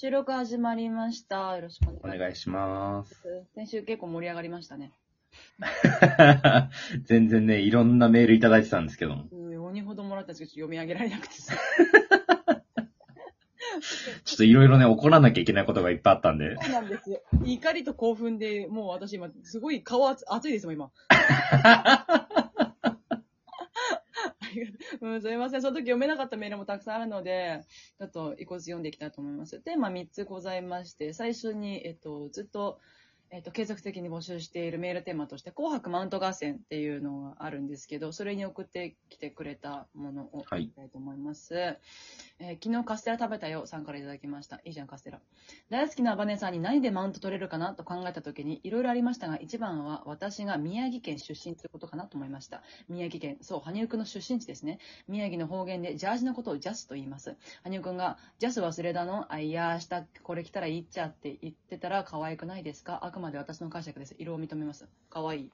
収録始まりました。よろしくお願いします。 先週結構盛り上がりましたね。 全然ね、いろんなメールいただいてたんですけども。 4人ほどもらったんですけど、読み上げられなくてさ。 ちょっといろいろね、怒らなきゃいけないことがいっぱいあったんで。 そうなんですよ。怒りと興奮で、もう私今、すごい顔熱いですもん、今。すいません。その時読めなかったメールもたくさんあるので、ちょっと一個ずつ読んでいきたいと思います。テーマ3つございまして、最初に、ずっと、継続的に募集しているメールテーマとして、紅白マウント合戦っていうのがあるんですけど、それに送ってきてくれたものをいきたいと思います。昨日カステラ食べたよさんからいただきました。いいじゃん、カステラ。大好きなバネさんに何でマウント取れるかなと考えた時にいろいろありましたが、一番は私が宮城県出身ということかなと思いました。宮城県、そう、羽生くんの出身地ですね。宮城の方言でジャージのことをジャスと言います。羽生くんが、ジャス忘れたの？あ、いや、明日これ着たらいいっちゃって言ってたら可愛くないですか？あくまで私の解釈です。色を認めます。可愛い。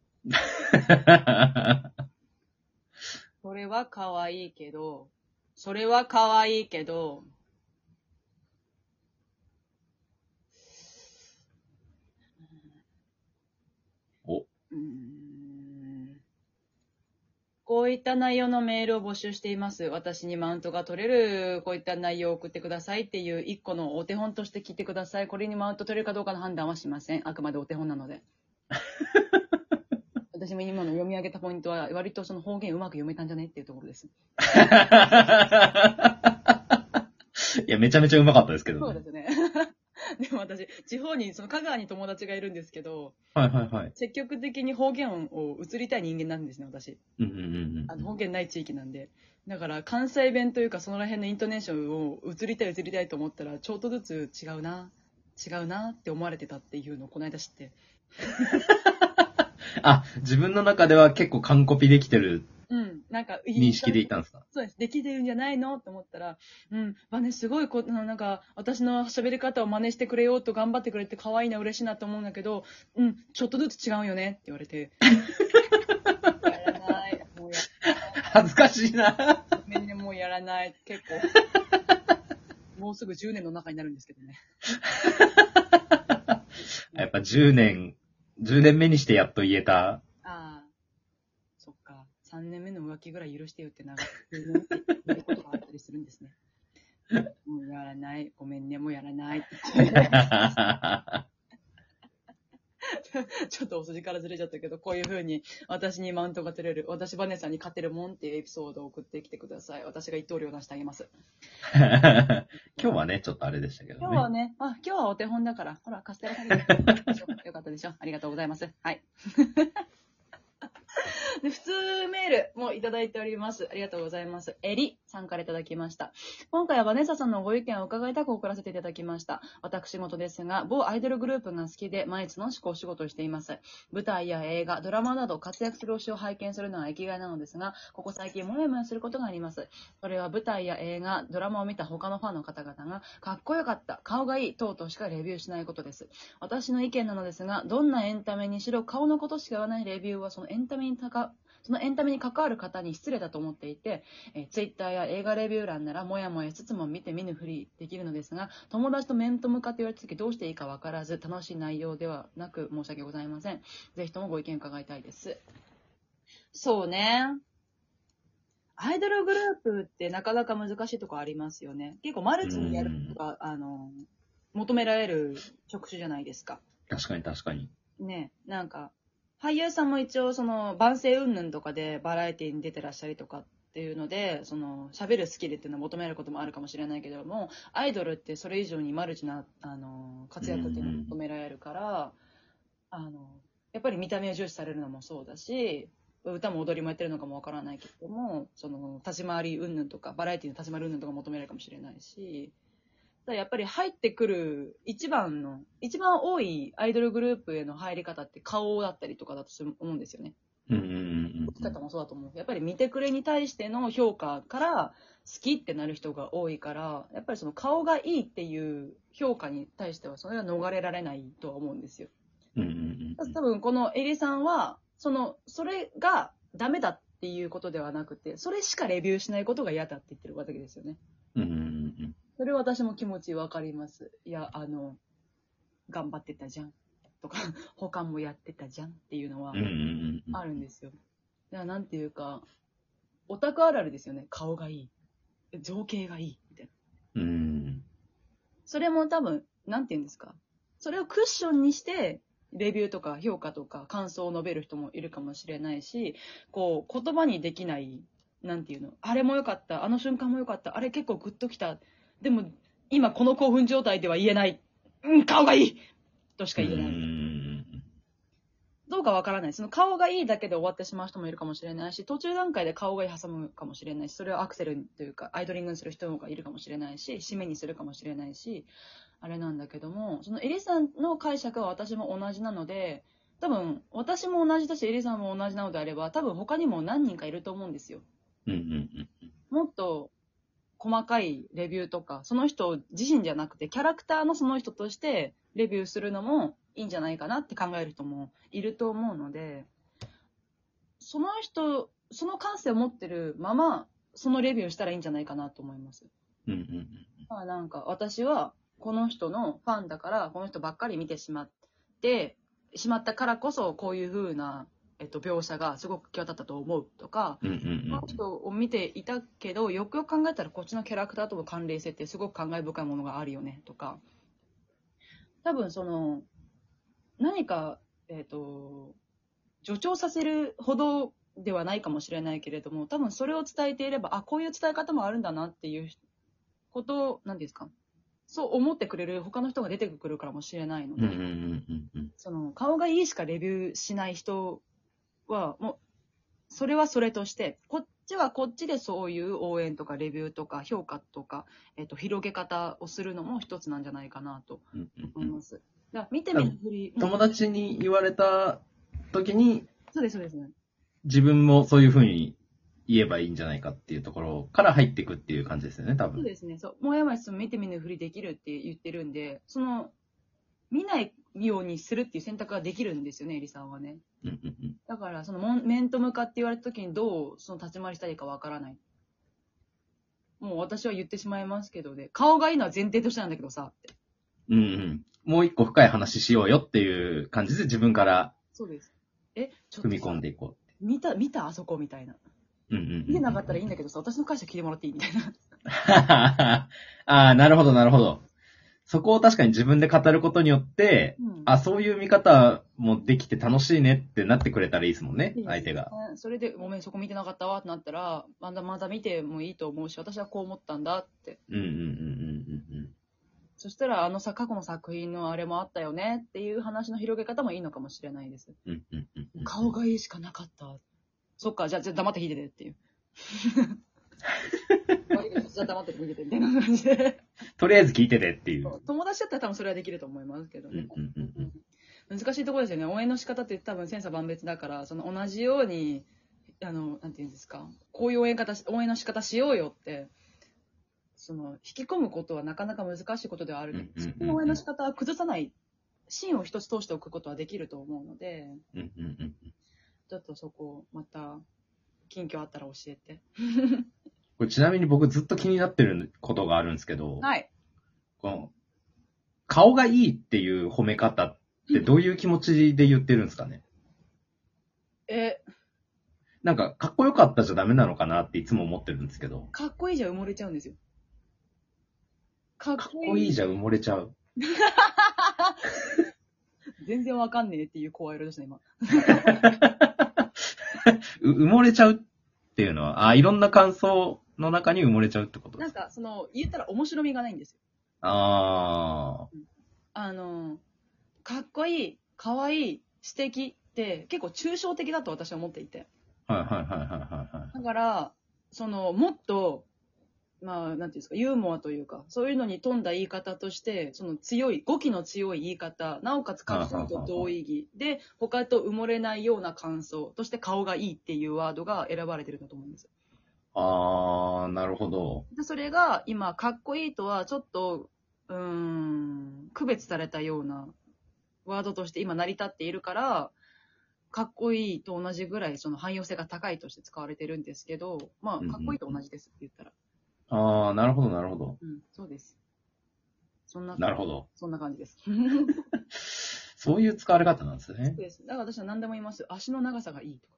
それは可愛いけど、こういった内容のメールを募集しています。私にマウントが取れる、こういった内容を送ってくださいっていう一個のお手本として聞いてください。これにマウント取れるかどうかの判断はしません。あくまでお手本なので。私も今の読み上げたポイントは、割とその方言うまく読めたんじゃねっていうところです。 いや、めちゃめちゃうまかったですけどね。そうですね。でも私、地方に、その香川に友達がいるんですけど、 はいはいはい。 積極的に方言を移りたい人間なんですね、私。方言ない地域なんで。だから、関西弁というか、そのら辺のイントネーションを移りたいと思ったら、ちょっとずつ違うなって思われてたっていうのをこの間知って。 あ、自分の中では結構完コピできてる。 なんか認識でいたんですか？ そうです。できてるんじゃないのって思ったら、すごいなんか、私の喋り方を真似してくれようと頑張ってくれて可愛いな、嬉しいなと思うんだけど、ちょっとずつ違うよねって言われて。やらない。もう恥ずかしいな。 ごめんね、もうやらない。結構。もうすぐ10年の中になるんですけどね。 やっぱ10年目にしてやっと言えた。 そっか。3年目の浮気ぐらい許してよって言うことがあったりするんですね。もうやらない。ごめんね、もうやらない。ちょっとお筋からずれちゃったけど、こういう風に私にマウントが取れる、私バネさんに勝てるもんっていうエピソードを送ってきてください。私が一刀両断してあげます。 今日はね、ちょっとあれでしたけどね。 今日はね、今日はお手本だから、ほら、カステラ食べてよかったでしょ。ありがとうございます。はい。で普通メールもいただいております。ありがとうございます。エリさんからいただきました。今回はバネッサさんのご意見を伺いたく送らせていただきました。私事ですが、某アイドルグループが好きで毎日楽しくお仕事をしています。舞台や映画、ドラマなど活躍する推しを拝見するのは生きがいなのですが、ここ最近もやもやすることがあります。それは舞台や映画、ドラマを見た他のファンの方々が、かっこよかった、顔がいい、等々しかレビューしないことです。私の意見なのですが、どんなエンタメにしろ顔のことしか言わないレビューはそのエンタメに関わる方に失礼だと思っていて、ツイッターや映画レビュー欄ならもやもやしつつも見て見ぬふりできるのですが、友達と面と向かって言われた時どうしていいかわからず、楽しい内容ではなく申し訳ございません。ぜひともご意見伺いたいです。そうね。アイドルグループってなかなか難しいとこありますよね。結構マルチにやることが、求められる職種じゃないですか。 確かに。 ね、なんか、俳優さんも一応その番宣云々とかでバラエティに出てらっしゃりとかっていうので、その喋るスキルっていうのを求めることもあるかもしれないけども、アイドルってそれ以上にマルチな活躍っていうのを求められるから、やっぱり見た目を重視されるのもそうだし、歌も踊りもやってるのかもわからないけども、その立ち回り云々とかバラエティの立ち回り云々とか求められるかもしれないし。やっぱり入ってくる一番多いアイドルグループへの入り方って顔だったりとかだと思うんですよね。生き方もそうだと思う。やっぱり見てくれに対しての評価から好きってなる人が多いから、やっぱりその顔がいいっていう評価に対してはそれは逃れられないとは思うんですよ。多分このエリさんはそれがダメだっていうことではなくて、それしかレビューしないことが嫌だって言ってるわけですよね。 それ私も気持ちわかります。いや、頑張ってたじゃん。とか、他もやってたじゃんっていうのはうんうんうん。 あるんですよ。だからなんていうか、オタクあるあるですよね。顔がいい。造形がいい。みたいな。それも多分、なんていうんですか。それをクッションにして、レビューとか評価とか感想を述べる人もいるかもしれないし、こう、言葉にできない、なんていうの、あれも良かった、あの瞬間も良かった、あれ結構グッときた。でも、今この興奮状態では言えない。うん、顔がいいとしか言えない。どうかわからない。その顔がいいだけで終わってしまう人もいるかもしれないし、途中段階で顔がいい挟むかもしれないし、それをアクセルというか、アイドリングにする人がいるかもしれないし、締めにするかもしれないし、あれなんだけども、そのエリさんの解釈は私も同じなので、多分、私も同じだし、エリさんも同じなのであれば、多分他にも何人かいると思うんですよ。もっと細かいレビューとか、その人自身じゃなくて、キャラクターのその人としてレビューするのもいいんじゃないかなって考える人もいると思うので、その人、その感性を持ってるまま、そのレビューしたらいいんじゃないかなと思います。まあなんか、私はこの人のファンだから、この人ばっかり見てしまったからこそ、こういう風な、描写がすごく際立ったと思うとか、この人を見ていたけど、よくよく考えたらこっちのキャラクターとの関連性ってすごく感慨深いものがあるよねとか、多分その、何か、助長させるほどではないかもしれないけれども、多分それを伝えていれば、あ、こういう伝え方もあるんだなっていうことなんですか、そう思ってくれる他の人が出てくるかもしれないので、その顔がいいしかレビューしない人はもうそれはそれとして、こっちはこっちでそういう応援とかレビューとか評価とか、広げ方をするのも一つなんじゃないかなと思います。だから見てみるふり、 友達に言われた時に、 そうですそうですね。 自分もそういう風に言えばいいんじゃないかっていうところから入っていくっていう感じですよね、多分。 そうですね。そう。もやもやしても見て見ぬふりできるって言ってるんで、その、見ないようにするっていう選択ができるんですよね、エリさんはね。だから、その面と向かって言われた時にどうその立ち回りしたらいいかわからない。もう私は言ってしまいますけどね、顔がいいのは前提としてなんだけどさ、って。 もう一個深い話しようよっていう感じで自分からそうです。 踏み込んでいこう。見たあそこみたいな。見てなかったらいいんだけどさ、私の会社聞いてもらっていいみたいな。 ああ、なるほど、なるほど。そこを確かに自分で語ることによって、そういう見方もできて楽しいねってなってくれたらいいですもんね、相手が。 それで、ごめん、そこ見てなかったわってなったら、まだ見てもいいと思うし、私はこう思ったんだって。そしたら、過去の作品のあれもあったよねっていう話の広げ方もいいのかもしれないです。顔がいいしかなかった。そっか、じゃあ黙って弾いててっていう。じゃあ黙って弾いててみたいな感じで。 とりあえず聞いててっていう。 友達だったら多分それはできると思いますけどね。難しいところですよね。応援の仕方って多分千差万別だから、その同じように、なんていうんですか、こういう応援の仕方しようよって、その、引き込むことはなかなか難しいことではあるけど、その応援の仕方は崩さない、芯を一つ通しておくことはできると思うので、ちょっとそこ、また、近況あったら教えて。 これちなみに僕ずっと気になってることがあるんですけど、 はい。 この顔がいいっていう褒め方ってどういう気持ちで言ってるんですかね、なんか、かっこよかったじゃダメなのかなっていつも思ってるんですけど。 かっこいいじゃ埋もれちゃうんですよ。 かっこいいじゃ埋もれちゃう。 全然わかんねえっていう声色ですね、今。 埋もれちゃうっていうのは、いろんな感想の中に埋もれちゃうってことですか？ なんか、言ったら面白みがないんですよ。かっこいい、かわいい、素敵って結構抽象的だと私は思っていて。だから、もっと、まあ、なんていうんですか、ユーモアというか、そういうのに富んだ言い方として、語気の強い言い方、なおかつ感想と同意義で、他と埋もれないような感想として顔がいいっていうワードが選ばれてるんだと思うんですよ。 なるほど。 でそれが今、かっこいいとはちょっと、区別されたようなワードとして今成り立っているから、かっこいいと同じぐらいその汎用性が高いとして使われてるんですけど、まあ、かっこいいと同じですって言ったら。 ああ、なるほど、なるほど。 うん、そうです。 なるほど。 そんな感じです。 そういう使われ方なんですね。 そうです。だから私は何でも言います。足の長さがいいとか。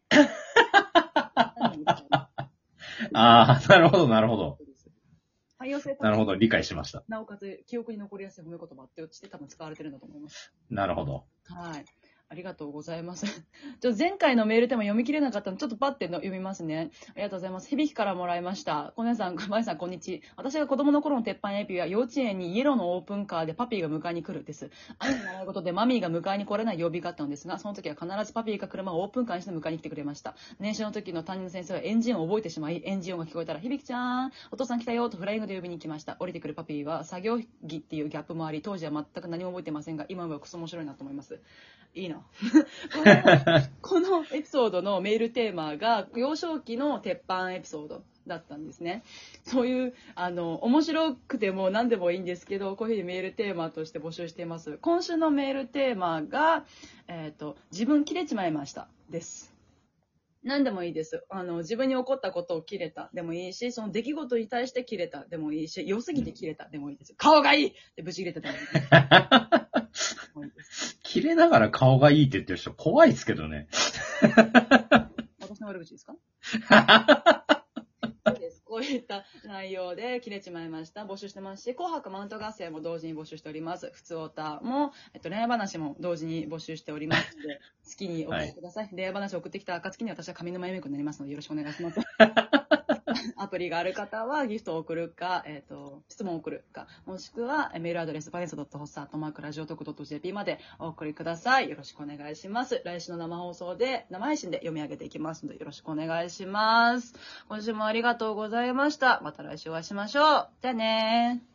ああ、なるほど、なるほど。 汎用性なるほど、理解しました。 なおかつ、記憶に残りやすい褒め言葉ってして多分使われてるんだと思います。 なるほど。 はい。ありがとうございます。前回のメールでも読み切れなかったので、ちょっとパッて読みますね。ありがとうございます。響からもらいました。小根さん、まゆさん、こんにちは。私が子供の頃の鉄板エピは幼稚園にイエローのオープンカーでパピーが迎えに来るです。兄の習い事でマミーが迎えに来れない曜日があったのですが、その時は必ずパピーが車をオープンカーにして迎えに来てくれました。年始の時の担任の先生はエンジンを覚えてしまい、エンジン音が聞こえたら、響ちゃん、お父さん来たよとフライングで呼びに来ました。降りてくるパピーは作業着っていうギャップもあり、当時は全く何も覚えてませんが、今はクソ面白いなと思います。いいな。このエピソードのメールテーマが幼少期の鉄板エピソードだったんですね。そういう面白くても何でもいいんですけど、こういうふうにメールテーマとして募集しています。今週のメールテーマが、自分切れちまいましたです。何でもいいです。自分に起こったことを切れたでもいいし、その出来事に対して切れたでもいいし、良すぎて切れたでもいいです。顔がいいってブチ切れてたでもいいです。 切れながら顔がいいって言ってる人怖いですけどね。 私の悪口ですか？そうです。こういった内容で切れちまいました。募集してますし、紅白マウント合戦も同時に募集しております。ふつおたも、恋愛話も同時に募集しておりますので、好きに送ってください。恋愛話を送ってきた暁に私は上沼恵美子になりますので、よろしくお願いします。アプリがある方はギフトを送るか、質問を送るか、もしくはメールアドレス、vanessa.hossa@radiotok.jp までお送りください。よろしくお願いします。来週の生配信で読み上げていきますので、よろしくお願いします。今週もありがとうございました。また来週お会いしましょう。じゃあねー。